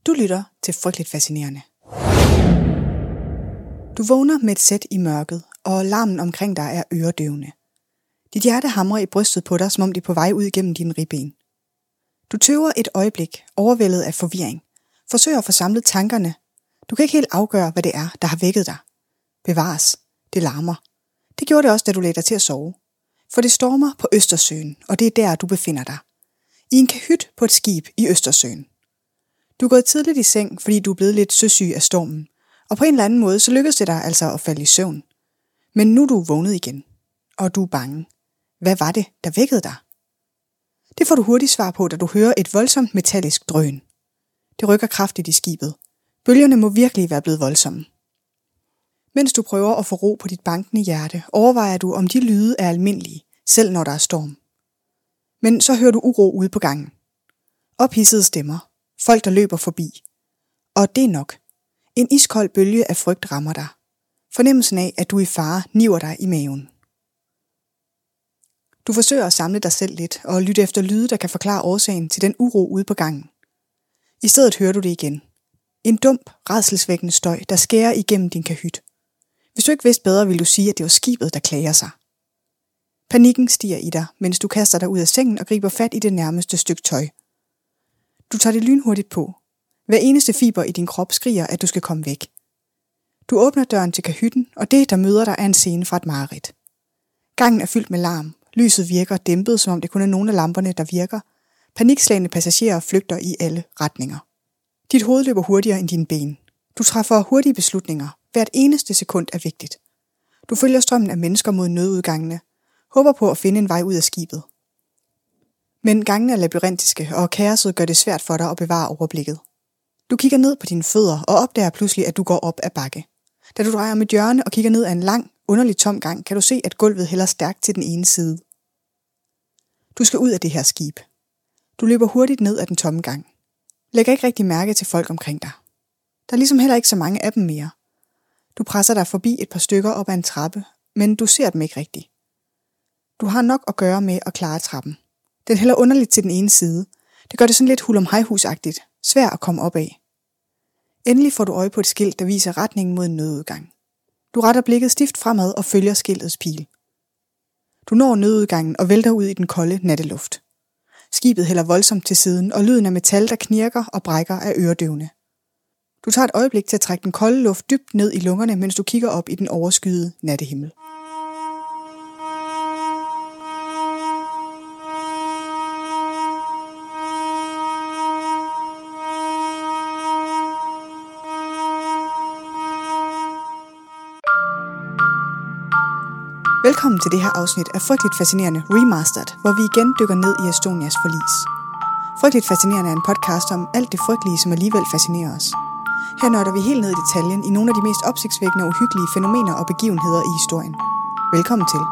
Du lytter til Frygteligt Fascinerende. Du vågner med et sæt i mørket, og larmen omkring dig er øredøvende. Dit hjerte hamrer i brystet på dig, som om det er på vej ud igennem dine ribben. Du tøver et øjeblik, overvældet af forvirring. Forsøger at få samlet tankerne. Du kan ikke helt afgøre, hvad det er, der har vækket dig. Bevares. Det larmer. Det gjorde det også, da du lagde dig til at sove. For det stormer på Østersøen, og det er der, du befinder dig. I en kahyt på et skib i Østersøen. Du er gået tidligt i seng, fordi du er blevet lidt søsyg af stormen. Og på en eller anden måde, så lykkedes det dig altså at falde i søvn. Men nu er du vågnet igen. Og du er bange. Hvad var det, der vækkede dig? Det får du hurtigt svar på, da du hører et voldsomt metallisk drøn. Det rykker kraftigt i skibet. Bølgerne må virkelig være blevet voldsomme. Mens du prøver at få ro på dit bankende hjerte, overvejer du, om de lyde er almindelige, selv når der er storm. Men så hører du uro ude på gangen. Ophidsede stemmer. Folk, der løber forbi. Og det er nok. En iskold bølge af frygt rammer dig. Fornemmelsen af, at du er i fare, niver dig i maven. Du forsøger at samle dig selv lidt og lytte efter lyde, der kan forklare årsagen til den uro ude på gangen. I stedet hører du det igen. En dump, rædselsvækkende støj, der skærer igennem din kahyt. Hvis du ikke vidste bedre, ville du sige, at det var skibet, der klager sig. Panikken stiger i dig, mens du kaster dig ud af sengen og griber fat i det nærmeste stykke tøj. Du tager det lynhurtigt på. Hver eneste fiber i din krop skriger, at du skal komme væk. Du åbner døren til kahytten, og det, der møder dig, er en scene fra et mareridt. Gangen er fyldt med larm. Lyset virker dæmpet, som om det kun er nogle af lamperne, der virker. Panikslagne passagerer flygter i alle retninger. Dit hoved løber hurtigere end dine ben. Du træffer hurtige beslutninger. Hvert eneste sekund er vigtigt. Du følger strømmen af mennesker mod nødudgangene. Håber på at finde en vej ud af skibet. Men gangene er labyrintiske, og kaoset gør det svært for dig at bevare overblikket. Du kigger ned på dine fødder og opdager pludselig, at du går op ad bakke. Da du drejer om et hjørne og kigger ned ad en lang, underlig tom gang, kan du se, at gulvet hælder stærkt til den ene side. Du skal ud af det her skib. Du løber hurtigt ned ad den tomme gang. Lægger ikke rigtig mærke til folk omkring dig. Der er ligesom heller ikke så mange af dem mere. Du presser dig forbi et par stykker op ad en trappe, men du ser dem ikke rigtigt. Du har nok at gøre med at klare trappen. Den hælder underligt til den ene side. Det gør det sådan lidt hulumhejhusagtigt. Svær at komme op af. Endelig får du øje på et skilt, der viser retningen mod en nødudgang. Du retter blikket stift fremad og følger skiltets pil. Du når nødudgangen og vælter ud i den kolde natteluft. Skibet hælder voldsomt til siden, og lyden af metal, der knirker og brækker, er øredøvende. Du tager et øjeblik til at trække den kolde luft dybt ned i lungerne, mens du kigger op i den overskyede nattehimmel. Velkommen til det her afsnit af Frygteligt Fascinerende Remastered, hvor vi igen dykker ned i Estonias forlis. Frygteligt Fascinerende er en podcast om alt det frygtelige, som alligevel fascinerer os. Her nørder vi helt ned i detaljen i nogle af de mest opsigtsvækkende og uhyggelige fænomener og begivenheder i historien. Velkommen til.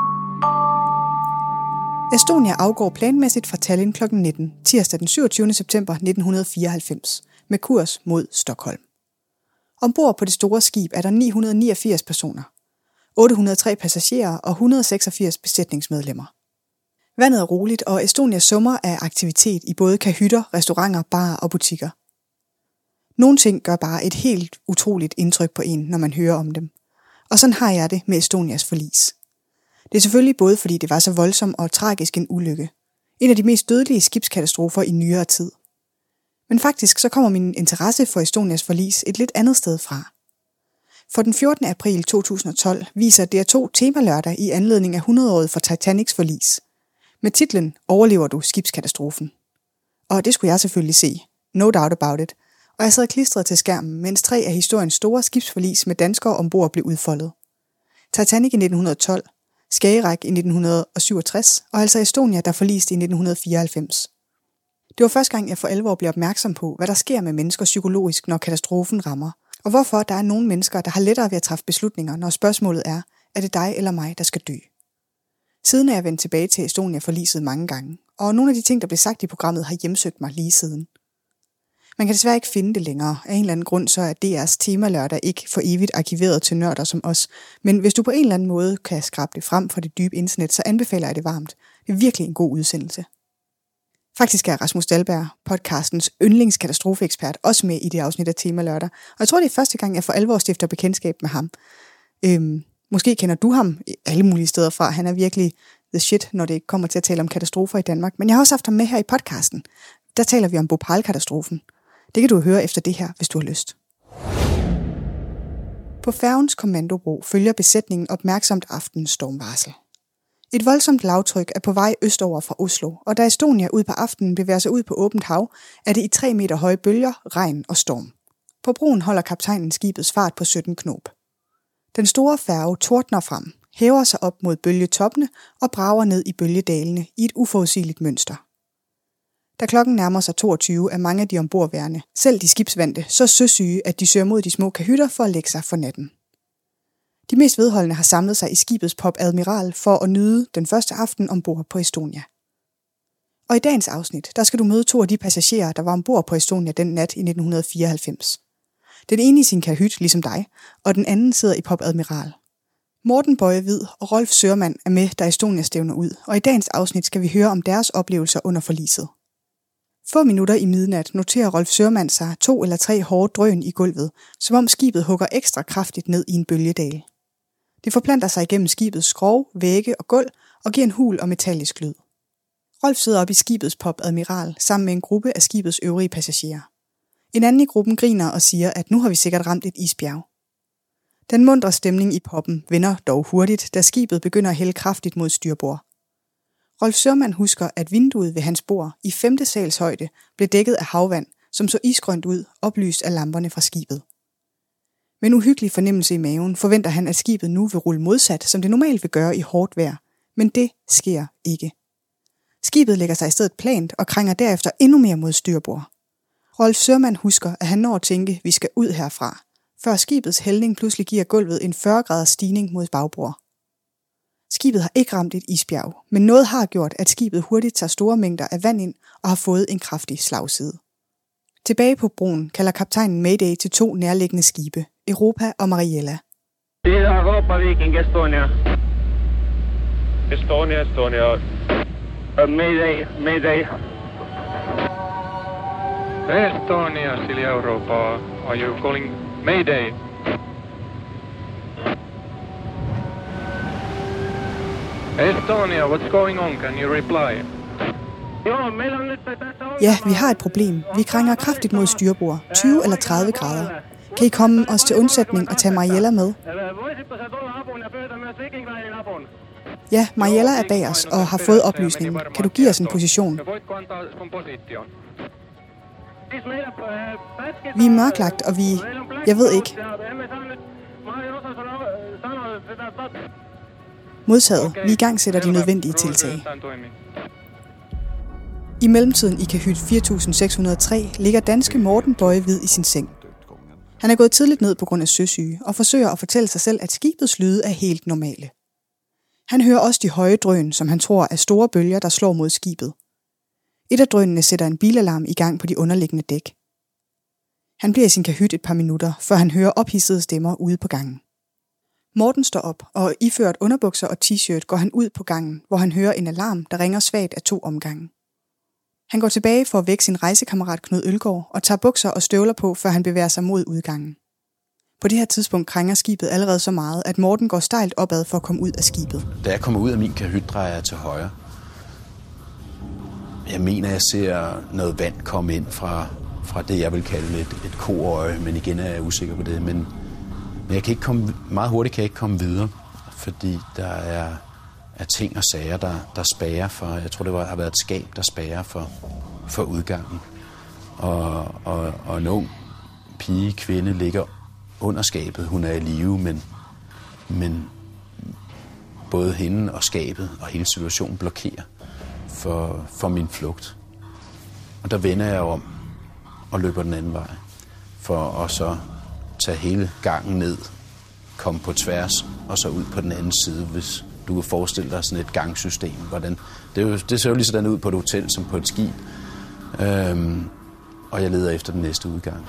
Estonia afgår planmæssigt fra Tallinn kl. 19, tirsdag den 27. september 1994, med kurs mod Stockholm. Ombord på det store skib er der 989 personer. 803 passagerer og 186 besætningsmedlemmer. Vandet er roligt, og Estonia summer af aktivitet i både kahytter, restauranter, barer og butikker. Nogle ting gør bare et helt utroligt indtryk på en, når man hører om dem. Og sådan har jeg det med Estonias forlis. Det er selvfølgelig både fordi det var så voldsom og tragisk en ulykke. En af de mest dødelige skibskatastrofer i nyere tid. Men faktisk så kommer min interesse for Estonias forlis et lidt andet sted fra. For den 14. april 2012 viser DR2 temalørdag i anledning af 100-året for Titanics forlis. Med titlen Overlever du skibskatastrofen? Og det skulle jeg selvfølgelig se. No doubt about it. Og jeg sad klistret til skærmen, mens 3 af historiens store skibsforlis med danskere ombord blev udfoldet. Titanic i 1912, Skagerrak i 1967 og altså Estonia, der forliste i 1994. Det var første gang, jeg for alvor blev opmærksom på, hvad der sker med mennesker psykologisk, når katastrofen rammer. Og hvorfor der er nogle mennesker, der har lettere ved at træffe beslutninger, når spørgsmålet er det dig eller mig, der skal dø? Siden er jeg vendt tilbage til Estonia-forliset mange gange, og nogle af de ting, der blev sagt i programmet, har hjemsøgt mig lige siden. Man kan desværre ikke finde det længere. Af en eller anden grund så er DR's temalørdag ikke for evigt arkiveret til nørder som os. Men hvis du på en eller anden måde kan skrabe det frem fra det dybe internet, så anbefaler jeg det varmt. Det er virkelig en god udsendelse. Faktisk er Rasmus Dahlberg, podcastens yndlingskatastrofeekspert, også med i det afsnit af Tema Lørdag. Og jeg tror, det er første gang, jeg for alvor stifter bekendtskab med ham. Måske kender du ham alle mulige steder fra. Han er virkelig the shit, når det kommer til at tale om katastrofer i Danmark. Men jeg har også haft ham med her i podcasten. Der taler vi om Bhopal-katastrofen. Det kan du høre efter det her, hvis du har lyst. På færgens kommandobro følger besætningen opmærksomt aftenens stormvarsel. Et voldsomt lavtryk er på vej østover fra Oslo, og da Estonia ud på aftenen bevæger sig ud på åbent hav, er det i 3 meter høje bølger, regn og storm. På broen holder kaptajnen skibets fart på 17 knob. Den store færge tordner frem, hæver sig op mod bølgetoppene og brager ned i bølgedalene i et uforudsigeligt mønster. Da klokken nærmer sig 22, er mange af de ombordværende, selv de skibsvante, så søsyge, at de søger mod de små kahytter for at lægge sig for natten. De mest vedholdende har samlet sig i skibets Pop Admiral for at nyde den første aften ombord på Estonia. Og i dagens afsnit, der skal du møde 2 af de passagerer, der var ombord på Estonia den nat i 1994. Den ene i sin kahyt, ligesom dig, og den anden sidder i Pop Admiral. Morten Boye Hvid og Rolf Sørmann er med, da Estonia stævner ud, og i dagens afsnit skal vi høre om deres oplevelser under forliset. Få minutter i midnat noterer Rolf Sørmann sig 2 eller 3 hårde drøn i gulvet, som om skibet hugger ekstra kraftigt ned i en bølgedal. Det forplanter sig igennem skibets skrog, vægge og gulv og giver en hul og metallisk lyd. Rolf sidder op i skibets Pop Admiral sammen med en gruppe af skibets øvrige passagerer. En anden i gruppen griner og siger, at nu har vi sikkert ramt et isbjerg. Den muntre stemning i poppen vender dog hurtigt, da skibet begynder at hælde kraftigt mod styrbord. Rolf Sørmann husker, at vinduet ved hans bord i 5. sals højde blev dækket af havvand, som så isgrønt ud, oplyst af lamperne fra skibet. Med en uhyggelig fornemmelse i maven forventer han, at skibet nu vil rulle modsat, som det normalt vil gøre i hårdt vejr. Men det sker ikke. Skibet lægger sig i stedet plant og krænger derefter endnu mere mod styrbord. Rolf Sørmann husker, at han når at tænke, vi skal ud herfra, før skibets hældning pludselig giver gulvet en 40 graders stigning mod bagbord. Skibet har ikke ramt et isbjerg, men noget har gjort, at skibet hurtigt tager store mængder af vand ind og har fået en kraftig slagside. Tilbage på broen kalder kaptajnen Mayday til 2 nærliggende skibe, Europa og Mariella. Europa Viking Estonia. Estonia. Mayday. Estonia, Silja Europa. Are you calling Mayday? Estonia, what's going on? Can you reply? Ja, vi har et problem. Vi krænger kraftigt mod styrbord, 20 eller 30 grader. Kan I komme os til undsætning og tage Mariella med? Ja, Mariella er bag os og har fået oplysningen. Kan du give os en position? Vi er mørklagt, og jeg ved ikke. Modtaget. Vi i gang sætter de nødvendige tiltag. I mellemtiden i kahyt 4603 ligger danske Morten Boye Hvid i sin seng. Han er gået tidligt ned på grund af søsyge og forsøger at fortælle sig selv, at skibets lyde er helt normale. Han hører også de høje drøn, som han tror er store bølger, der slår mod skibet. Et af drønene sætter en bilalarm i gang på de underliggende dæk. Han bliver i sin kahyt et par minutter, før han hører ophidsede stemmer ude på gangen. Morten står op, og iført underbukser og t-shirt går han ud på gangen, hvor han hører en alarm, der ringer svagt af 2 omgange. Han går tilbage for at vække sin rejsekammerat Knud Ølgaard og tager bukser og støvler på, før han bevæger sig mod udgangen. På det her tidspunkt krænger skibet allerede så meget, at Morten går stejlt opad for at komme ud af skibet. Da jeg kommer ud af min kahyt, drejer jeg til højre. Jeg mener, jeg ser noget vand komme ind fra det, jeg vil kalde et koøje, men igen er jeg usikker på det. Men jeg kan ikke meget hurtigt kan jeg ikke komme videre, fordi der er ting og sager, der spærrer for. Jeg tror, har været et skab, der spærrer for udgangen. Og en ung kvinde ligger under skabet. Hun er i live, men både hende og skabet og hele situationen blokerer for min flugt. Og der vender jeg om og løber den anden vej, for at så tage hele gangen ned, komme på tværs og så ud på den anden side, hvis du kan forestille dig sådan et gangsystem. Det ser jo lige sådan ud på et hotel som på et skib. Og jeg leder efter den næste udgang.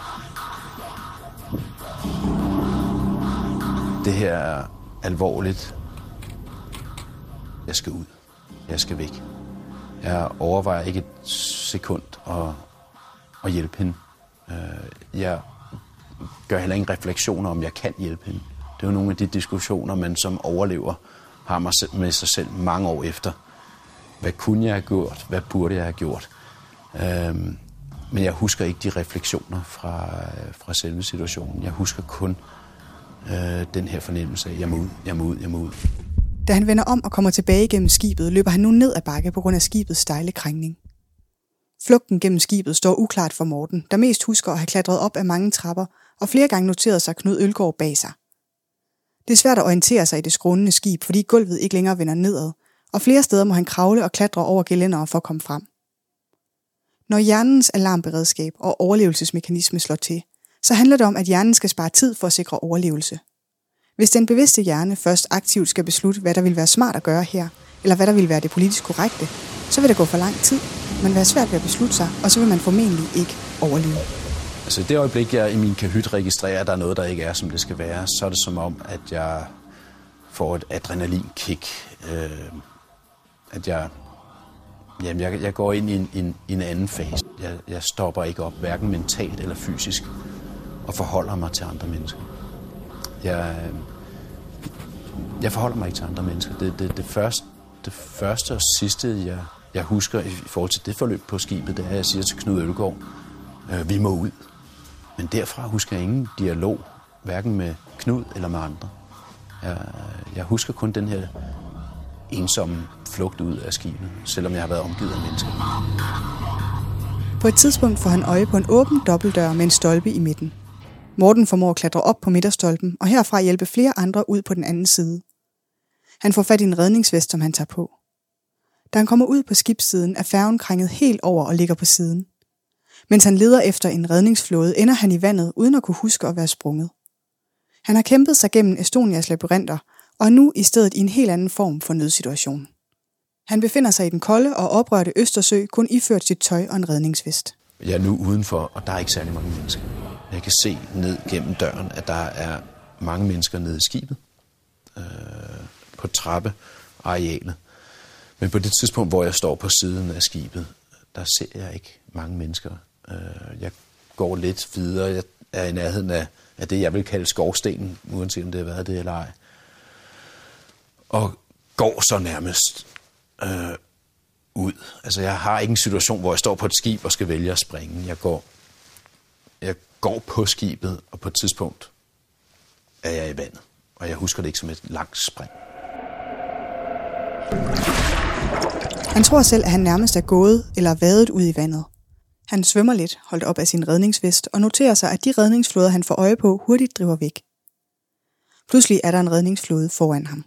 Det her er alvorligt. Jeg skal ud. Jeg skal væk. Jeg overvejer ikke et sekund at hjælpe hende. Jeg gør heller ingen refleksioner, om jeg kan hjælpe hende. Det er jo nogle af de diskussioner, man som overlever har med sig selv mange år efter. Hvad kunne jeg have gjort? Hvad burde jeg have gjort? Men jeg husker ikke de refleksioner fra selve situationen. Jeg husker kun den her fornemmelse af, jeg må ud. Da han vender om og kommer tilbage gennem skibet, løber han nu ned ad bakke på grund af skibets stejle krængning. Flugten gennem skibet står uklart for Morten, der mest husker at have klatret op ad mange trapper og flere gange noteret sig Knud Ølgaard bag sig. Det er svært at orientere sig i det skrånende skib, fordi gulvet ikke længere vender nedad, og flere steder må han kravle og klatre over gelændere for at komme frem. Når hjernens alarmberedskab og overlevelsesmekanisme slår til, så handler det om, at hjernen skal spare tid for at sikre overlevelse. Hvis den bevidste hjerne først aktivt skal beslutte, hvad der vil være smart at gøre her, eller hvad der vil være det politisk korrekte, så vil det gå for lang tid, man vil være svært ved at beslutte sig, og så vil man formentlig ikke overleve. Altså det øjeblik, jeg i min kahyt registrerer, at der er noget, der ikke er, som det skal være, så er det som om, at jeg får et adrenalinkick. At jeg går ind i en anden fase. Jeg stopper ikke op, hverken mentalt eller fysisk, og forholder mig til andre mennesker. Jeg forholder mig ikke til andre mennesker. Det første og sidste, jeg husker i forhold til det forløb på skibet, det er, at jeg siger til Knud Ølgaard, vi må ud. Men derfra husker jeg ingen dialog, hverken med Knud eller med andre. Jeg husker kun den her ensomme flugt ud af skibet, selvom jeg har været omgivet af mennesker. På et tidspunkt får han øje på en åben dobbeltdør med en stolpe i midten. Morten formår at klatre op på midterstolpen, og herfra hjælpe flere andre ud på den anden side. Han får fat i en redningsvest, som han tager på. Da han kommer ud på skibssiden, er færgen krænget helt over og ligger på siden. Mens han leder efter en redningsflåde, ender han i vandet, uden at kunne huske at være sprunget. Han har kæmpet sig gennem Estonias labyrinter, og er nu i stedet i en helt anden form for nødsituation. Han befinder sig i den kolde og oprørte Østersø, kun iført sit tøj og en redningsvest. Jeg er nu udenfor, og der er ikke særlig mange mennesker. Jeg kan se ned gennem døren, at der er mange mennesker nede i skibet, på trappearealet. Men på det tidspunkt, hvor jeg står på siden af skibet, der ser jeg ikke mange mennesker. Jeg går lidt videre. Jeg er i nærheden af det, jeg vil kalde skorstenen, uanset om det har været det eller ej. Og går så nærmest ud. Altså, jeg har ikke en situation, hvor jeg står på et skib og skal vælge at springe. Jeg går på skibet, og på et tidspunkt er jeg i vandet. Og jeg husker det ikke som et langt spring. Han tror selv, at han nærmest er gået eller vadet ud i vandet. Han svømmer lidt, holdt op af sin redningsvest, og noterer sig, at de redningsflåder, han får øje på, hurtigt driver væk. Pludselig er der en redningsflåde foran ham.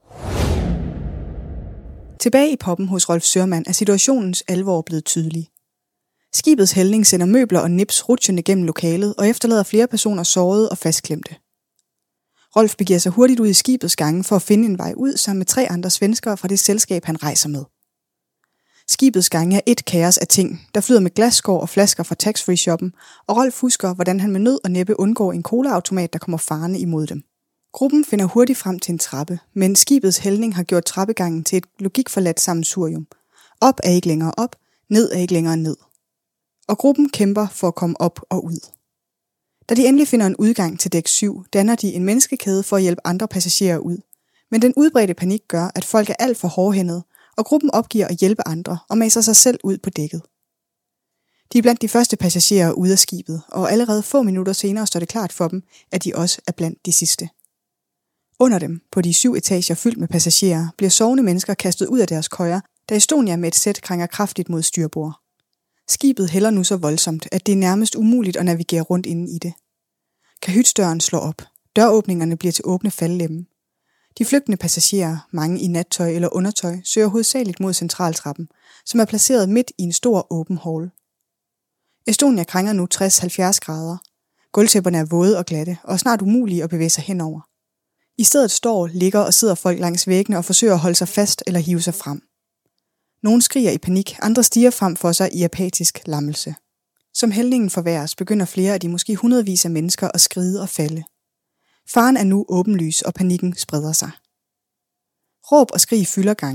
Tilbage i poppen hos Rolf Sørmann er situationens alvor blevet tydelig. Skibets hældning sender møbler og nips rutsjende gennem lokalet og efterlader flere personer sårede og fastklemte. Rolf begiver sig hurtigt ud i skibets gange for at finde en vej ud sammen med 3 andre svenskere fra det selskab, han rejser med. Skibets gange er et kaos af ting, der flyder med glasskår og flasker fra tax-free-shoppen, og Rolf husker, hvordan han med nød og næppe undgår en colaautomat, der kommer farende imod dem. Gruppen finder hurtigt frem til en trappe, men skibets hældning har gjort trappegangen til et logikforladt sammensurium. Op er ikke længere op, ned er ikke længere ned. Og gruppen kæmper for at komme op og ud. Da de endelig finder en udgang til dæk 7, danner de en menneskekæde for at hjælpe andre passagerer ud. Men den udbredte panik gør, at folk er alt for hårdhændede, og gruppen opgiver at hjælpe andre og maser sig selv ud på dækket. De er blandt de første passagerer ude af skibet, og allerede få minutter senere står det klart for dem, at de også er blandt de sidste. Under dem, på de 7 etager fyldt med passagerer, bliver sovende mennesker kastet ud af deres køjer, da Estonia med et sæt krænger kraftigt mod styrbord. Skibet hælder nu så voldsomt, at det er nærmest umuligt at navigere rundt inde i det. Kahytdøren slår op. Døråbningerne bliver til åbne faldlemme. De flygtende passagerer, mange i nattøj eller undertøj, søger hovedsageligt mod centraltrappen, som er placeret midt i en stor åben hall. Estonia krænger nu 60-70 grader. Gulvtæpperne er våde og glatte, og snart umulige at bevæge sig henover. I stedet står, ligger og sidder folk langs væggene og forsøger at holde sig fast eller hive sig frem. Nogle skriger i panik, andre stiger frem for sig i apatisk lammelse. Som hældningen forværres, begynder flere af de måske hundredvis af mennesker at skride og falde. Faren er nu åbenlys, og panikken spreder sig. Råb og skrig fylder gangene.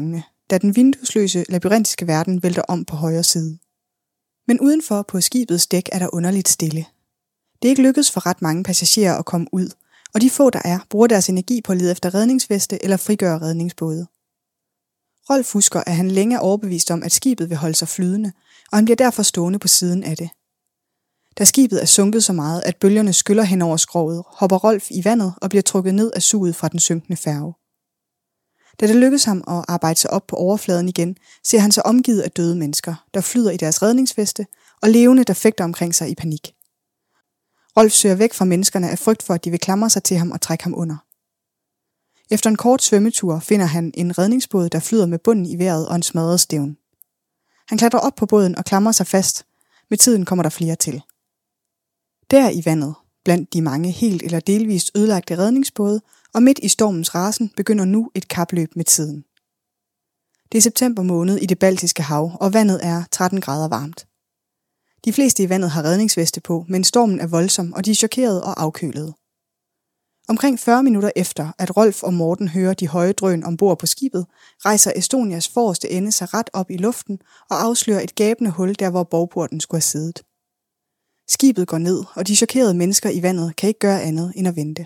da den vinduesløse labyrintiske verden vælter om på højre side. Men udenfor på skibets dæk er der underligt stille. Det er ikke lykkedes for ret mange passagerer at komme ud, og de få, der er, bruger deres energi på at lede efter redningsveste eller frigøre redningsbåde. Rolf husker, at han længe er overbevist om, at skibet vil holde sig flydende, og han bliver derfor stående på siden af det. Da skibet er sunket så meget, at bølgerne skyller hen over skroget, hopper Rolf i vandet og bliver trukket ned af suget fra den synkende færge. Da det lykkes ham at arbejde sig op på overfladen igen, ser han sig omgivet af døde mennesker, der flyder i deres redningsveste, og levende, der fægter omkring sig i panik. Rolf søger væk fra menneskerne af frygt for, at de vil klamre sig til ham og trække ham under. Efter en kort svømmetur finder han en redningsbåd, der flyder med bunden i vejret og en smadret stævn. Han klatrer op på båden og klamrer sig fast. Med tiden kommer der flere til. Der i vandet, blandt de mange helt eller delvist ødelagte redningsbåde, og midt i stormens rasen begynder nu et kapløb med tiden. Det er september måned i det Baltiske Hav, og vandet er 13 grader varmt. De fleste i vandet har redningsveste på, men stormen er voldsom, og de er chokerede og afkølede. Omkring 40 minutter efter, at Rolf og Morten hører de høje drøn ombord på skibet, rejser Estonias forreste ende sig ret op i luften og afslører et gabende hul der, hvor bovporten skulle have siddet. Skibet går ned, og de chokerede mennesker i vandet kan ikke gøre andet end at vente.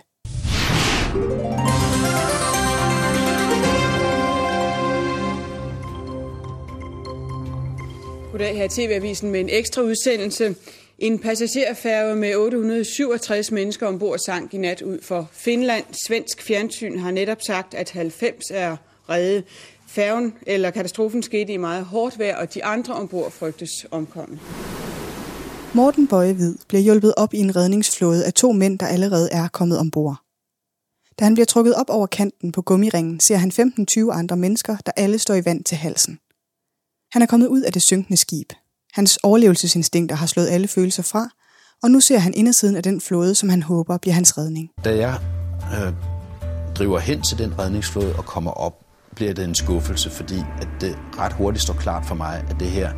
Goddag, her i TV-avisen med en ekstra udsendelse. En passagerfærge med 867 mennesker ombord sank i nat ud for Finland. Svensk fjernsyn har netop sagt, at 90 er reddet. Færgen eller katastrofen skete i meget hårdt vejr, og de andre ombord frygtes omkommet. Morten Bøje Hvid bliver hjulpet op i en redningsflåde af 2 mænd, der allerede er kommet ombord. Da han bliver trukket op over kanten på gummiringen, ser han 15-20 andre mennesker, der alle står i vand til halsen. Han er kommet ud af det synkende skib. Hans overlevelsesinstinkter har slået alle følelser fra, og nu ser han indersiden af den flåde, som han håber bliver hans redning. Da jeg driver hen til den redningsflåde og kommer op, bliver det en skuffelse, fordi at det ret hurtigt står klart for mig, at det her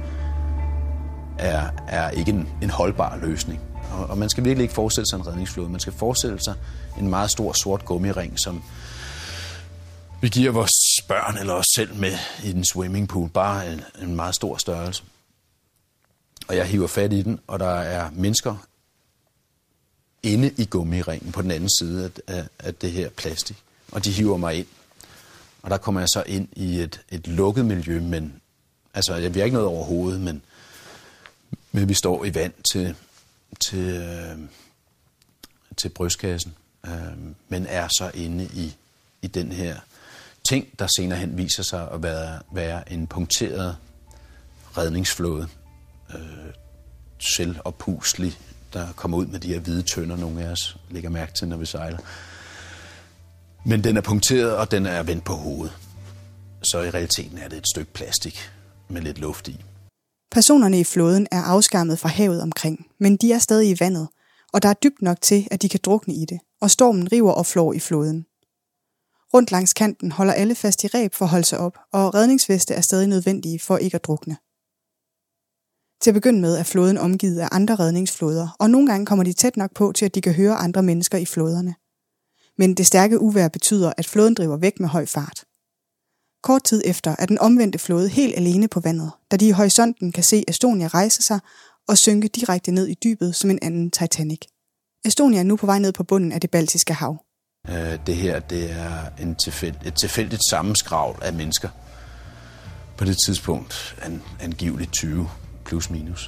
er ikke en holdbar løsning. Og man skal virkelig ikke forestille sig en redningsflåde. Man skal forestille sig en meget stor sort gummiring, som vi giver vores børn eller os selv med i den swimmingpool. Bare en meget stor størrelse. Og jeg hiver fat i den, og der er mennesker inde i gummiringen på den anden side af det her plastik. Og de hiver mig ind. Og der kommer jeg så ind i et lukket miljø, men altså, jeg bliver ikke noget over hovedet, men vi står i vand til brystkassen, men er så inde i den her ting, der senere hen viser sig at være en punkteret redningsflåde. Selvoppuslig, der kommer ud med de her hvide tønder, nogle af os lægger mærke til, når vi sejler. Men den er punkteret, og den er vendt på hovedet. Så i realiteten er det et stykke plastik med lidt luft i. Personerne i flåden er afskærmet fra havet omkring, men de er stadig i vandet, og der er dybt nok til, at de kan drukne i det, og stormen river og flår i flåden. Rundt langs kanten holder alle fast i reb for at holde sig op, og redningsveste er stadig nødvendige for ikke at drukne. Til at begynde med er flåden omgivet af andre redningsflåder, og nogle gange kommer de tæt nok på til, at de kan høre andre mennesker i flåderne. Men det stærke uvejr betyder, at flåden driver væk med høj fart. Kort tid efter er den omvendte flåde helt alene på vandet, da de i horisonten kan se Estonia rejse sig og synke direkte ned i dybet som en anden Titanic. Estonia er nu på vej ned på bunden af det Baltiske Hav. Det her, det er et tilfældigt sammenskragl af mennesker. På det tidspunkt angiveligt 20 plus minus,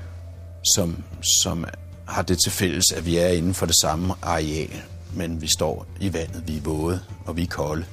som har det til fælles, at vi er inden for det samme areal, men vi står i vandet, vi er våde, og vi er kolde.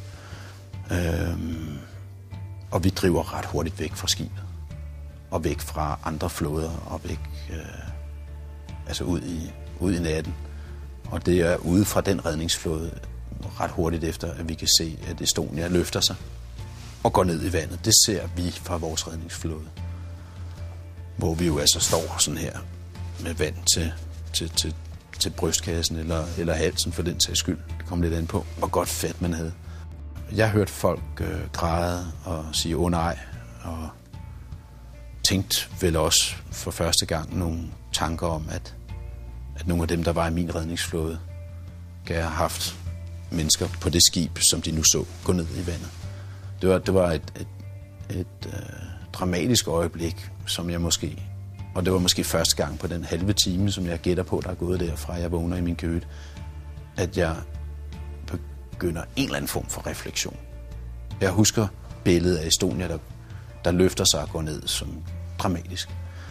Og vi driver ret hurtigt væk fra skibet, og væk fra andre flåder, og væk, altså ud i natten. Og det er ude fra den redningsflåde ret hurtigt efter, at vi kan se, at Estonia løfter sig og går ned i vandet. Det ser vi fra vores redningsflåde, hvor vi jo altså står sådan her med vand til brystkassen eller halsen for den sags skyld. Det kom lidt an på, hvor godt fat man havde. Jeg hørte folk græde og sige åh nej, og tænkte vel også for første gang nogle tanker om, at nogle af dem, der var i min redningsflåde, kan have haft mennesker på det skib, som de nu så gå ned i vandet. Det var dramatisk øjeblik, som jeg måske, og det var måske første gang på den halve time, som jeg gætter på, der er gået derfra, jeg vågner i min kahyt, at jeg begynder en eller anden form for refleksion. Jeg husker billedet af Estonia, der løfter sig og går ned som dramatisk.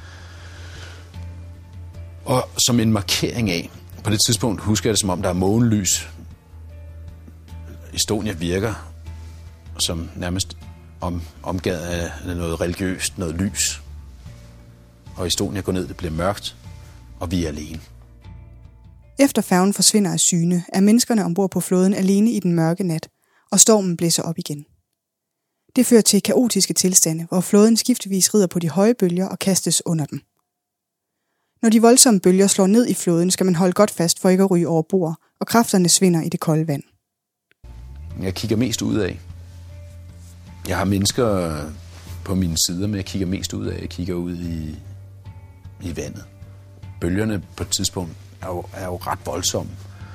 Og som en markering af, på det tidspunkt husker jeg det som om, der er månelys. Estonia virker som nærmest omgivet af noget religiøst, noget lys. Og Estonia går ned, det bliver mørkt, og vi er alene. Efter færgen forsvinder af syne, er menneskerne ombord på flåden alene i den mørke nat, og stormen blæser op igen. Det fører til kaotiske tilstande, hvor flåden skiftevis rider på de høje bølger og kastes under dem. Når de voldsomme bølger slår ned i flåden, skal man holde godt fast for ikke at ryge over bord, og kræfterne svinder i det kolde vand. Jeg kigger mest ud af. Jeg har mennesker på mine sider, men jeg kigger mest ud af. Jeg kigger ud i vandet. Bølgerne på et tidspunkt er jo ret voldsomme.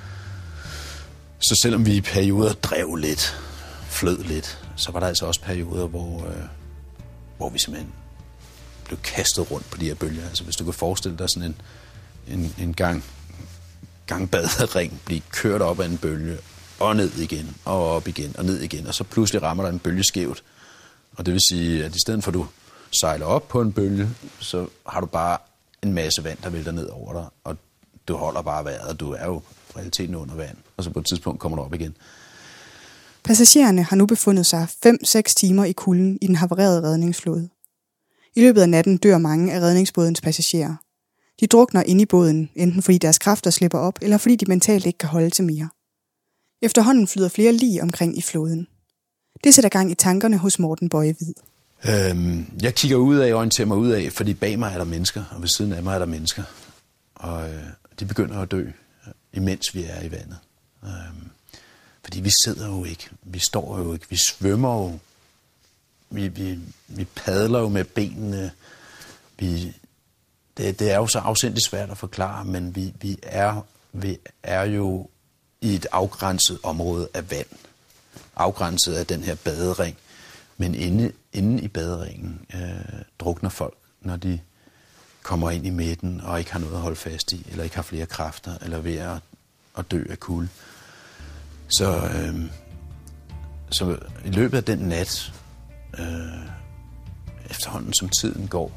Så selvom vi i perioder drev lidt, flød lidt, så var der altså også perioder, hvor vi simpelthen blev kastet rundt på de her bølger. Altså hvis du kan forestille dig sådan en gangbadering blive kørt op af en bølge, og ned igen, og op igen, og ned igen, og så pludselig rammer der en bølge skævt. Og det vil sige, at i stedet for at du sejler op på en bølge, så har du bare en masse vand, der vælter ned over dig, og du holder bare vejret, og du er jo i realiteten under vand, og så på et tidspunkt kommer du op igen. Passagererne har nu befundet sig 5-6 timer i kulden i den havarerede redningsflåde. I løbet af natten dør mange af redningsbådens passagerer. De drukner inde i båden, enten fordi deres kræfter slipper op, eller fordi de mentalt ikke kan holde til mere. Efterhånden flyder flere lig omkring i flåden. Det sætter gang i tankerne hos Morten Boye Hvid. Jeg kigger ud af og orienterer mig ud af, fordi bag mig er der mennesker, og ved siden af mig er der mennesker. Og de begynder at dø, imens vi er i vandet. Fordi vi sidder jo ikke, vi står jo ikke, vi svømmer jo, vi padler jo med benene. Det er jo så afsindigt svært at forklare, men vi er jo i et afgrænset område af vand. Afgrænset af den her badering. Men inde i baderingen drukner folk, når de kommer ind i midten og ikke har noget at holde fast i, eller ikke har flere kræfter, eller ved at dø af kulde. Så i løbet af den nat, efterhånden som tiden går,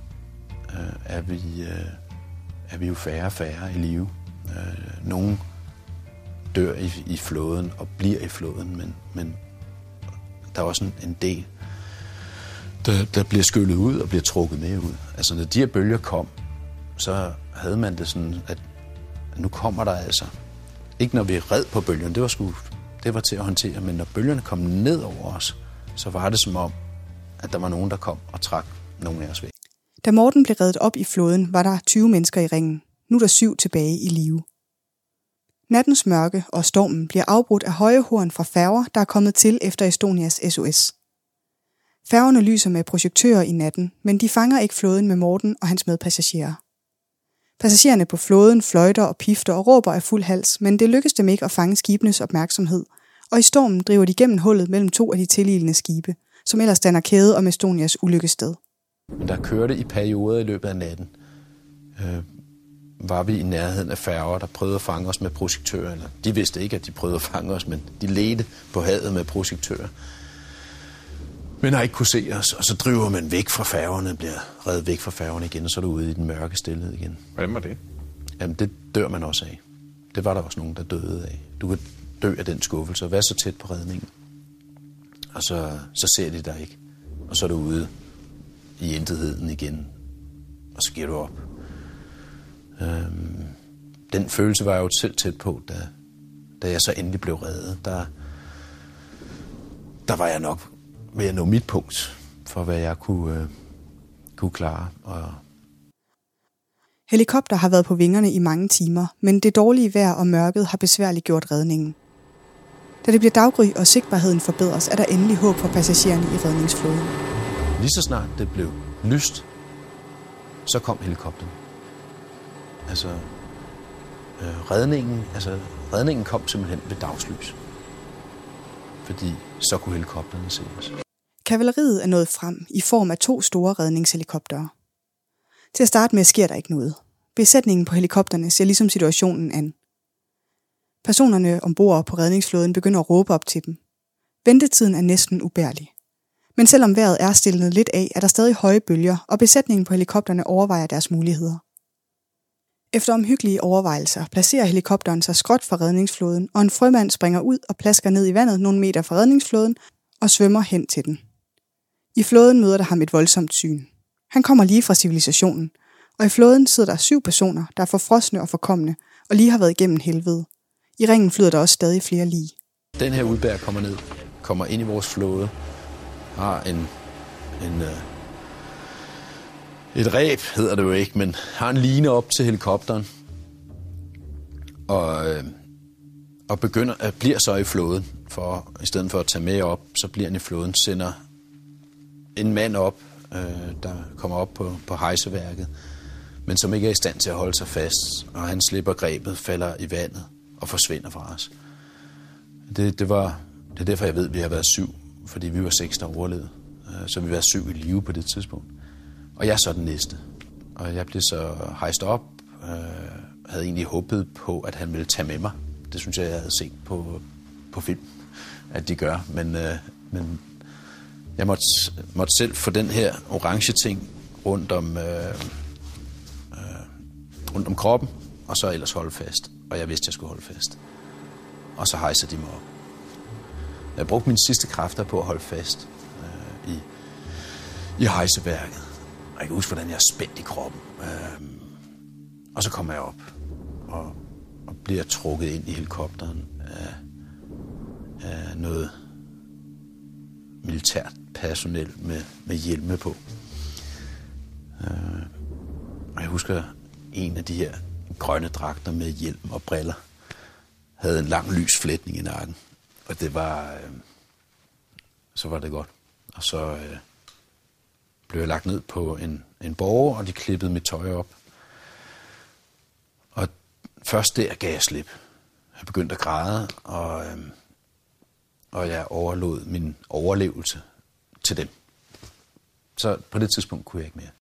er vi jo færre og færre i live. Nogle dør i flåden og bliver i flåden, men der er også en del, der bliver skyllet ud og bliver trukket med ud. Altså når de her bølger kom, så havde man det sådan, at nu kommer der altså. Ikke når vi red på bølgerne, det var til at håndtere, men når bølgerne kom ned over os, så var det som om, at der var nogen, der kom og trak nogen af os væk. Da Morten blev reddet op i flåden, var der 20 mennesker i ringen. Nu er der 7 tilbage i live. Nattens mørke og stormen bliver afbrudt af høje horn fra færger, der er kommet til efter Estonias SOS. Færgerne lyser med projektører i natten, men de fanger ikke flåden med Morten og hans medpassagerer. Passagererne på flåden fløjter og pifter og råber af fuld hals, men det lykkes dem ikke at fange skibenes opmærksomhed, og i stormen driver de gennem hullet mellem 2 af de tililende skibe, som ellers danner kæde om Estonias ulykkessted. Men der kørte i perioder i løbet af natten. Var vi i nærheden af færger, der prøvede at fange os med projektører. Eller de vidste ikke, at de prøvede at fange os, men de ledte på havet med projektører. Men har ikke kunne se os, og så driver man væk fra færgerne, bliver reddet væk fra færgerne igen, og så er du ude i den mørke stilhed igen. Hvordan var det? Jamen, det dør man også af. Det var der også nogen, der døde af. Du kan dø af den skuffelse og være så tæt på redningen. Og så ser de dig ikke. Og så er du ude i intetheden igen, og så giver du op. Den følelse var jeg jo selv tæt på, da jeg så endelig blev reddet. Der var jeg nok ved at nå mit punkt, for hvad jeg kunne klare. Helikopter har været på vingerne i mange timer, men det dårlige vejr og mørket har besværligt gjort redningen. Da det bliver daggry og sigtbarheden forbedres, er der endelig håb for passagererne i redningsflåden. Lige så snart det blev lyst, så kom helikopteren. Altså, redningen kom simpelthen ved dagslys. Fordi så kunne helikopterne se os. Kavaleriet er nået frem i form af 2 store redningshelikoptere. Til at starte med sker der ikke noget. Besætningen på helikopterne ser ligesom situationen an. Personerne ombord på redningsflåden begynder at råbe op til dem. Ventetiden er næsten ubærlig. Men selvom vejret er stillet lidt af, er der stadig høje bølger, og besætningen på helikopterne overvejer deres muligheder. Efter omhyggelige overvejelser placerer helikopteren sig skråt for redningsflåden, og en frømand springer ud og plasker ned i vandet nogle meter fra redningsflåden og svømmer hen til den. I flåden møder der ham et voldsomt syn. Han kommer lige fra civilisationen, og i flåden sidder der 7 personer, der er forfrosne og forkomne, og lige har været igennem helvede. I ringen flyder der også stadig flere lig. Den her udbær kommer ind i vores flåde, har et ræb, hedder det jo ikke, men har en line op til helikopteren, og bliver så i flåden, for i stedet for at tage med op, så bliver han i flåden, sender en mand op, der kommer op på hejseværket, men som ikke er i stand til at holde sig fast, og han slipper grebet, falder i vandet og forsvinder fra os. Det er derfor, jeg ved, at vi har været 7, fordi vi var 6, der overlevede. Så vi var 7 i live på det tidspunkt. Og jeg er så den næste. Og jeg blev så hejst op, havde egentlig håbet på, at han ville tage med mig. Det synes jeg havde set på film, at de gør. Men jeg måtte selv få den her orange ting rundt om kroppen, og så ellers holde fast. Og jeg vidste, at jeg skulle holde fast. Og så hejser de mig op. Jeg brugte mine sidste kræfter på at holde fast i hejseværket. Og jeg kan huske, hvordan jeg er spændt i kroppen. Og så kommer jeg op og bliver trukket ind i helikopteren af noget militært personel med hjelme på. Og jeg husker, en af de her grønne dragter med hjelm og briller havde en lang lys flætning i nakken. Og det var... så var det godt. Og så blev jeg lagt ned på en borger, og de klippede mit tøj op. Og først der gav jeg slip. Jeg begyndte at græde, og jeg overlod min overlevelse til dem. Så på det tidspunkt kunne jeg ikke mere.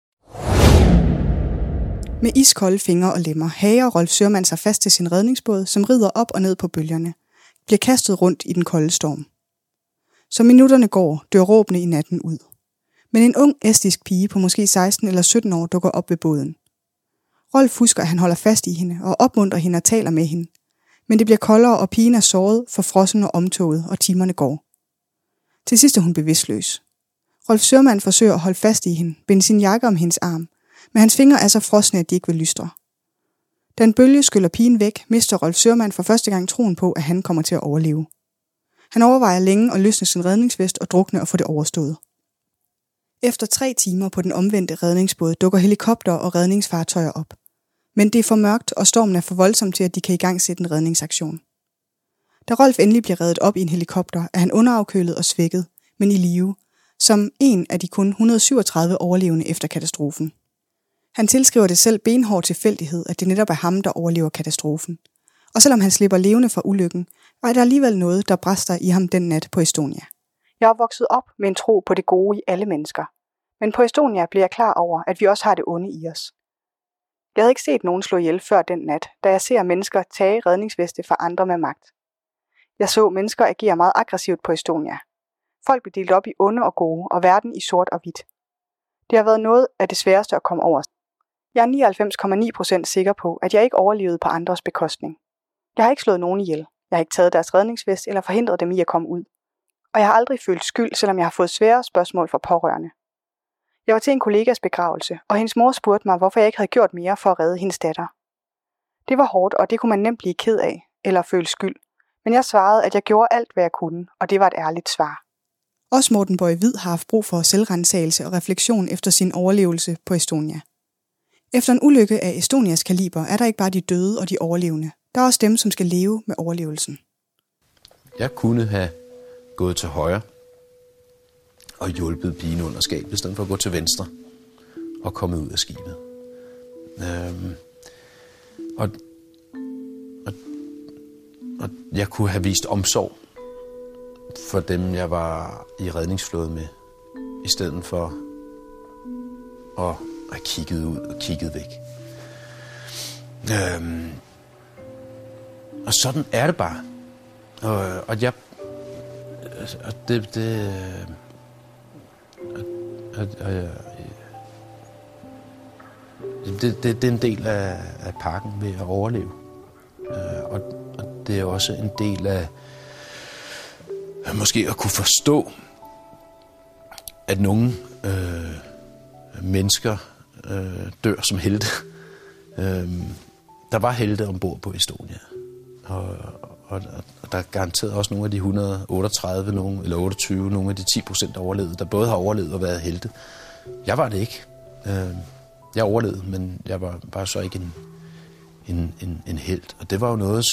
Med iskolde fingre og lemmer hager Rolf Sørmann sig fast til sin redningsbåd, som rider op og ned på bølgerne, bliver kastet rundt i den kolde storm. Som minutterne går, dør råbene i natten ud. Men en ung estisk pige på måske 16 eller 17 år dukker op ved båden. Rolf husker, at han holder fast i hende og opmuntrer hende og taler med hende. Men det bliver koldere, og pigen er såret, forfrossen og omtoget, og timerne går. Til sidst er hun bevidstløs. Rolf Sørmann forsøger at holde fast i hende, binde sin jakke om hendes arm, men hans fingre er så frosne, at de ikke vil lystre. Da en bølge skyller pigen væk, mister Rolf Sørmann for første gang troen på, at han kommer til at overleve. Han overvejer længe at løsne sin redningsvest og drukne og få det overstået. Efter 3 timer på den omvendte redningsbåd dukker helikopter og redningsfartøjer op. Men det er for mørkt, og stormen er for voldsom til, at de kan igangsætte en redningsaktion. Da Rolf endelig bliver reddet op i en helikopter, er han underafkølet og svækket, men i live, som en af de kun 137 overlevende efter katastrofen. Han tilskriver det selv benhård tilfældighed, at det netop er ham, der overlever katastrofen. Og selvom han slipper levende fra ulykken, er der alligevel noget, der bræster i ham den nat på Estonia. Jeg er vokset op med en tro på det gode i alle mennesker. Men på Estonia blev jeg klar over, at vi også har det onde i os. Jeg havde ikke set nogen slå ihjel før den nat, da jeg ser mennesker tage redningsveste fra andre med magt. Jeg så mennesker agere meget aggressivt på Estonia. Folk blev delt op i onde og gode, og verden i sort og hvidt. Det har været noget af det sværeste at komme over. Jeg er 99,9% sikker på, at jeg ikke overlevede på andres bekostning. Jeg har ikke slået nogen ihjel. Jeg har ikke taget deres redningsvest eller forhindret dem i at komme ud. Og jeg har aldrig følt skyld, selvom jeg har fået svære spørgsmål fra pårørende. Jeg var til en kollegas begravelse, og hendes mor spurgte mig, hvorfor jeg ikke havde gjort mere for at redde hendes datter. Det var hårdt, og det kunne man nemt blive ked af, eller føle skyld. Men jeg svarede, at jeg gjorde alt, hvad jeg kunne, og det var et ærligt svar. Også Morten Bøje Hvid har haft brug for selvrensagelse og refleksion efter sin overlevelse på Estonia. Efter en ulykke af Estonias kaliber er der ikke bare de døde og de overlevende. Der er også dem, som skal leve med overlevelsen. Jeg kunne have gået til højre og hjulpet pigen under skabet, i stedet for at gå til venstre og komme ud af skibet. Og jeg kunne have vist omsorg for dem, jeg var i redningsflåde med, i stedet for at have kigget ud og kigget væk. Og sådan er det bare. Og jeg... Og det er en del af pakken ved at overleve. Og det er også en del af måske at kunne forstå, at nogle mennesker dør som helte. Der var helte ombord på Estonia. Og der er garanteret også nogle af de 138, eller 28, nogle af de 10% overlevede, der både har overlevet og været helte. Jeg var det ikke. Jeg overlevede, men jeg var bare så ikke en helt. Og det var jo noget,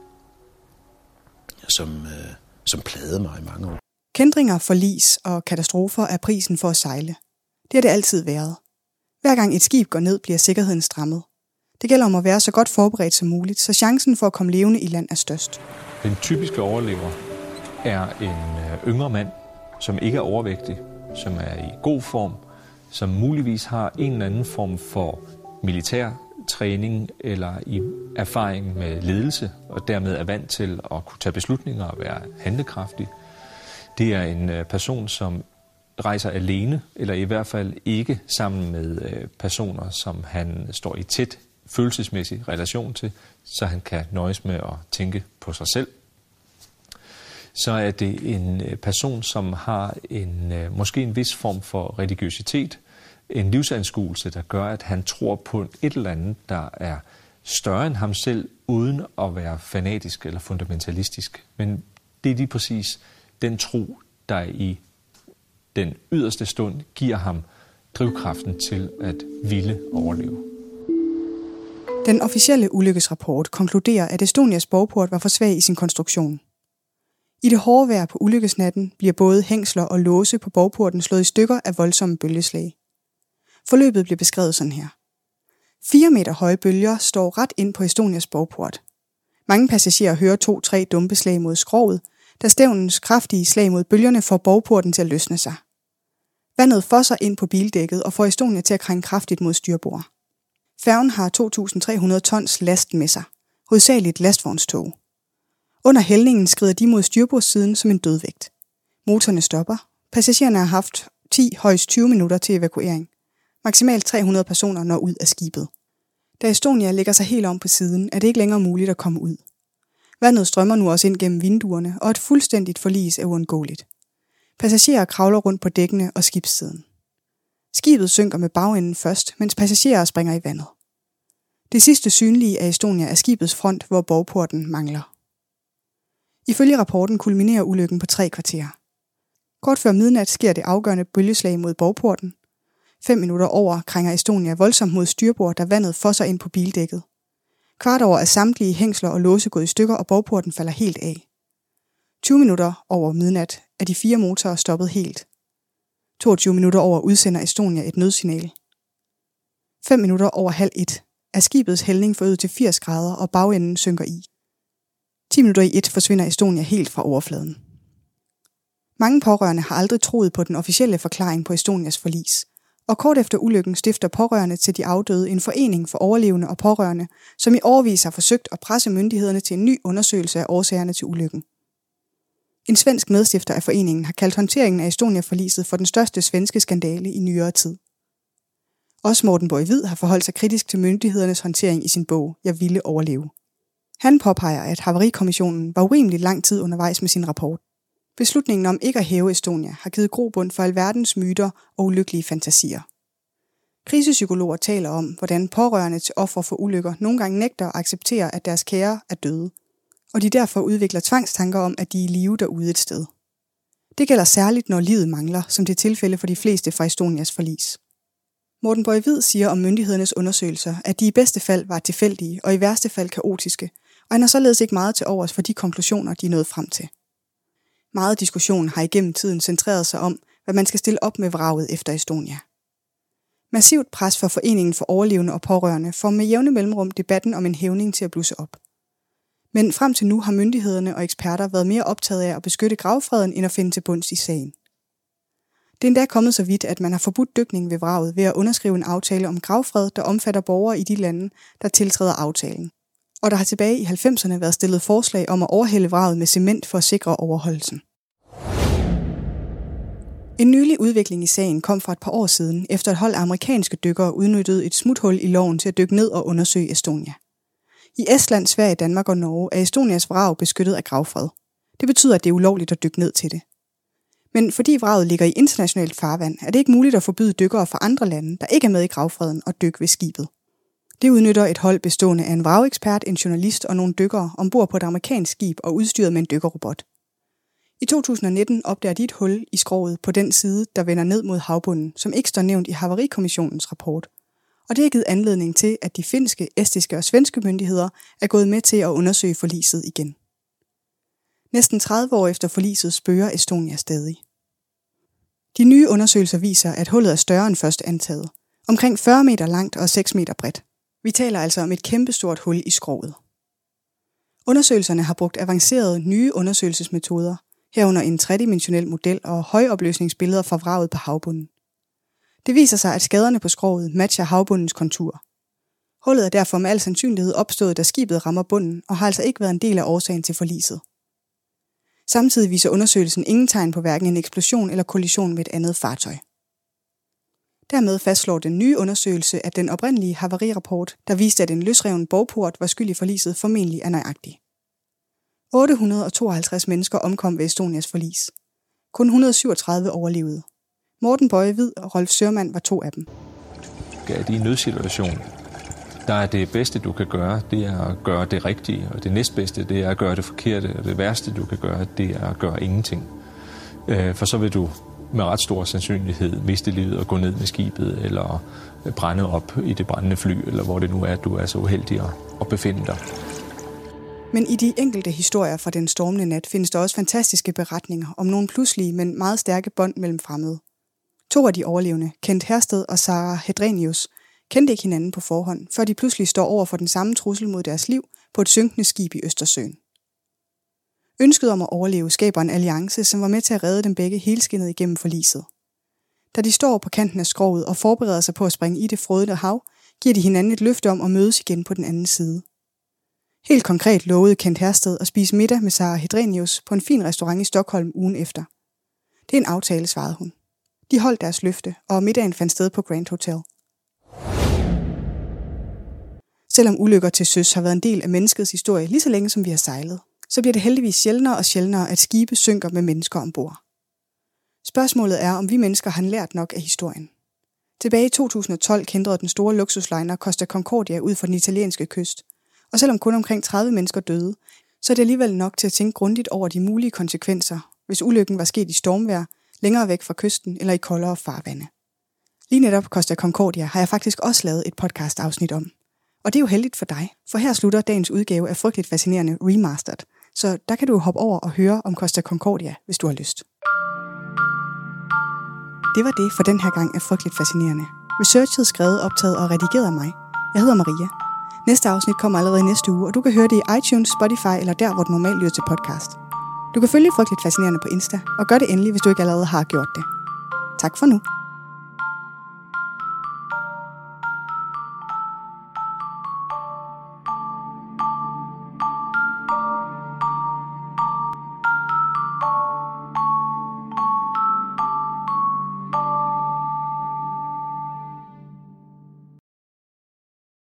som plagede mig i mange år. Kændringer, forlis og katastrofer er prisen for at sejle. Det har det altid været. Hver gang et skib går ned, bliver sikkerheden strammet. Det gælder om at være så godt forberedt som muligt, så chancen for at komme levende i land er størst. Den typiske overlever er en yngre mand, som ikke er overvægtig, som er i god form, som muligvis har en eller anden form for militær træning eller i erfaring med ledelse, og dermed er vant til at kunne tage beslutninger og være handlekraftig. Det er en person, som rejser alene, eller i hvert fald ikke sammen med personer, som han står i tæt følelsesmæssig relation til, så han kan nøjes med at tænke på sig selv. Så er det en person, som har måske en vis form for religiøsitet, en livsanskuelse, der gør, at han tror på et eller andet, der er større end ham selv, uden at være fanatisk eller fundamentalistisk. Men det er lige præcis den tro, der i den yderste stund giver ham drivkraften til at ville overleve. Den officielle ulykkesrapport konkluderer, at Estonias borgport var for svag i sin konstruktion. I det hårde vejr på ulykkesnatten bliver både hængsler og låse på borgporten slået i stykker af voldsomme bølgeslag. Forløbet bliver beskrevet sådan her. 4 meter høje bølger står ret ind på Estonias borgport. Mange passagerer hører 2-3 dumpeslag mod skroget, da stævnens kraftige slag mod bølgerne får borgporten til at løsne sig. Vandet fosser ind på bildækket og får Estonia til at krænge kraftigt mod styrbord. Færgen har 2.300 tons last med sig, hovedsageligt lastvognstog. Under hældningen skrider de mod styrbordssiden som en dødvægt. Motorerne stopper. Passagererne har haft 10, højst 20 minutter til evakuering. Maksimalt 300 personer når ud af skibet. Da Estonia lægger sig helt om på siden, er det ikke længere muligt at komme ud. Vandet strømmer nu også ind gennem vinduerne, og et fuldstændigt forlis er uundgåeligt. Passagerer kravler rundt på dækkene og skibssiden. Skibet synker med bagenden først, mens passagerer springer i vandet. Det sidste synlige af Estonia er skibets front, hvor borgporten mangler. Ifølge rapporten kulminerer ulykken på 3 kvarterer. Kort før midnat sker det afgørende bølgeslag mod borgporten. 5 minutter over krænger Estonia voldsomt mod styrbord, da vandet fosser ind på bildækket. Kvart over er samtlige hængsler og låse gået i stykker, og borgporten falder helt af. 20 minutter over midnat er de 4 motorer stoppet helt. 22 minutter over udsender Estonia et nødsignal. 5 minutter over 12:30 er skibets hældning forøget til 80 grader, og bagenden synker i. 10 minutter i 1 forsvinder Estonia helt fra overfladen. Mange pårørende har aldrig troet på den officielle forklaring på Estonias forlis, og kort efter ulykken stifter pårørende til de afdøde en forening for overlevende og pårørende, som i årevis har forsøgt at presse myndighederne til en ny undersøgelse af årsagerne til ulykken. En svensk medstifter af foreningen har kaldt håndteringen af Estonia-forliset for den største svenske skandale i nyere tid. Også Morten Borg-Hvid har forholdt sig kritisk til myndighedernes håndtering i sin bog Jeg ville overleve. Han påpeger, at Havarikommissionen var urimelig lang tid undervejs med sin rapport. Beslutningen om ikke at hæve Estonia har givet grobund for alverdens myter og ulykkelige fantasier. Krisepsykologer taler om, hvordan pårørende til ofre for ulykker nogle gange nægter at acceptere, at deres kære er døde, og de derfor udvikler tvangstanker om, at de er i live derude et sted. Det gælder særligt, når livet mangler, som det er tilfælde for de fleste fra Estonias forlis. Morten Borg-Hvid siger om myndighedernes undersøgelser, at de i bedste fald var tilfældige og i værste fald kaotiske, og han har således ikke meget til overs for de konklusioner, de er nået frem til. Meget diskussion har igennem tiden centreret sig om, hvad man skal stille op med vraget efter Estonia. Massivt pres for foreningen for overlevende og pårørende får med jævne mellemrum debatten om en hævning til at blusse op. Men frem til nu har myndighederne og eksperter været mere optaget af at beskytte gravfreden end at finde til bunds i sagen. Det er endda kommet så vidt, at man har forbudt dykning ved vraget ved at underskrive en aftale om gravfred, der omfatter borgere i de lande, der tiltræder aftalen. Og der har tilbage i 90'erne været stillet forslag om at overhælde vraget med cement for at sikre overholdelsen. En nylig udvikling i sagen kom fra et par år siden, efter et hold af amerikanske dykkere udnyttede et smuthul i loven til at dykke ned og undersøge Estonia. I Estland, Sverige, Danmark og Norge er Estonias vrag beskyttet af gravfred. Det betyder, at det er ulovligt at dykke ned til det. Men fordi vraget ligger i internationalt farvand, er det ikke muligt at forbyde dykkere fra andre lande, der ikke er med i gravfreden, at dykke ved skibet. Det udnytter et hold bestående af en vragekspert, en journalist og nogle dykkere ombord på et amerikansk skib og udstyret med en dykkerrobot. I 2019 opdager de et hul i skroget på den side, der vender ned mod havbunden, som ikke står nævnt i Havarikommissionens rapport. Og det har givet anledning til, at de finske, estiske og svenske myndigheder er gået med til at undersøge forliset igen. Næsten 30 år efter forliset spøger Estonia stadig. De nye undersøgelser viser, at hullet er større end først antaget. Omkring 40 meter langt og 6 meter bredt. Vi taler altså om et kæmpestort hul i skroget. Undersøgelserne har brugt avancerede nye undersøgelsesmetoder, herunder en tredimensionel model og højopløsningsbilleder fra vraget på havbunden. Det viser sig, at skaderne på skroget matcher havbundens kontur. Hullet er derfor med al sandsynlighed opstået, da skibet rammer bunden, og har altså ikke været en del af årsagen til forliset. Samtidig viser undersøgelsen ingen tegn på hverken en eksplosion eller kollision med et andet fartøj. Dermed fastslår den nye undersøgelse, at den oprindelige havarirapport, der viste, at en løsreven bogport var skyld i forliset, formentlig er nøjagtig. 852 mennesker omkom ved Estonias forlis. Kun 137 overlevede. Morten Bøje Hvid og Rolf Sørmand var 2 af dem. I en nødsituation, der er det bedste, du kan gøre, det er at gøre det rigtige, og det næstbedste, det er at gøre det forkerte, og det værste, du kan gøre, det er at gøre ingenting. For så vil du med ret stor sandsynlighed miste livet og gå ned med skibet, eller brænde op i det brændende fly, eller hvor det nu er, du er så uheldig at befinde dig. Men i de enkelte historier fra den stormende nat findes der også fantastiske beretninger om nogle pludselige, men meget stærke bånd mellem fremmede. 2 af de overlevende, Kent Hersted og Sarah Hedrenius, kendte ikke hinanden på forhånd, før de pludselig står over for den samme trussel mod deres liv på et synkende skib i Østersøen. Ønsket om at overleve skaber en alliance, som var med til at redde dem begge helskindet igennem forliset. Da de står på kanten af skroget og forbereder sig på at springe i det frådende hav, giver de hinanden et løfte om at mødes igen på den anden side. Helt konkret lovede Kent Hersted at spise middag med Sarah Hedrenius på en fin restaurant i Stockholm ugen efter. Det er en aftale, svarede hun. De holdt deres løfte, og middagen fandt sted på Grand Hotel. Selvom ulykker til søs har været en del af menneskets historie lige så længe som vi har sejlet, så bliver det heldigvis sjældnere og sjældnere, at skibe synker med mennesker ombord. Spørgsmålet er, om vi mennesker har lært nok af historien. Tilbage i 2012 kændrede den store luksusliner Costa Concordia ud for den italienske kyst, og selvom kun omkring 30 mennesker døde, så er det alligevel nok til at tænke grundigt over de mulige konsekvenser, hvis ulykken var sket i stormvejr, længere væk fra kysten eller i koldere farvande. Lige netop Costa Concordia har jeg faktisk også lavet et podcast-afsnit om. Og det er jo heldigt for dig, for her slutter dagens udgave af Frygteligt Fascinerende Remastered, så der kan du hoppe over og høre om Costa Concordia, hvis du har lyst. Det var det for den her gang af Frygteligt Fascinerende. Researchet, skrevet, optaget og redigeret af mig. Jeg hedder Maria. Næste afsnit kommer allerede i næste uge, og du kan høre det i iTunes, Spotify eller der, hvor du normalt lytter til podcast. Du kan følge Frygteligt Fascinerende på Insta, og gør det endelig, hvis du ikke allerede har gjort det. Tak for nu.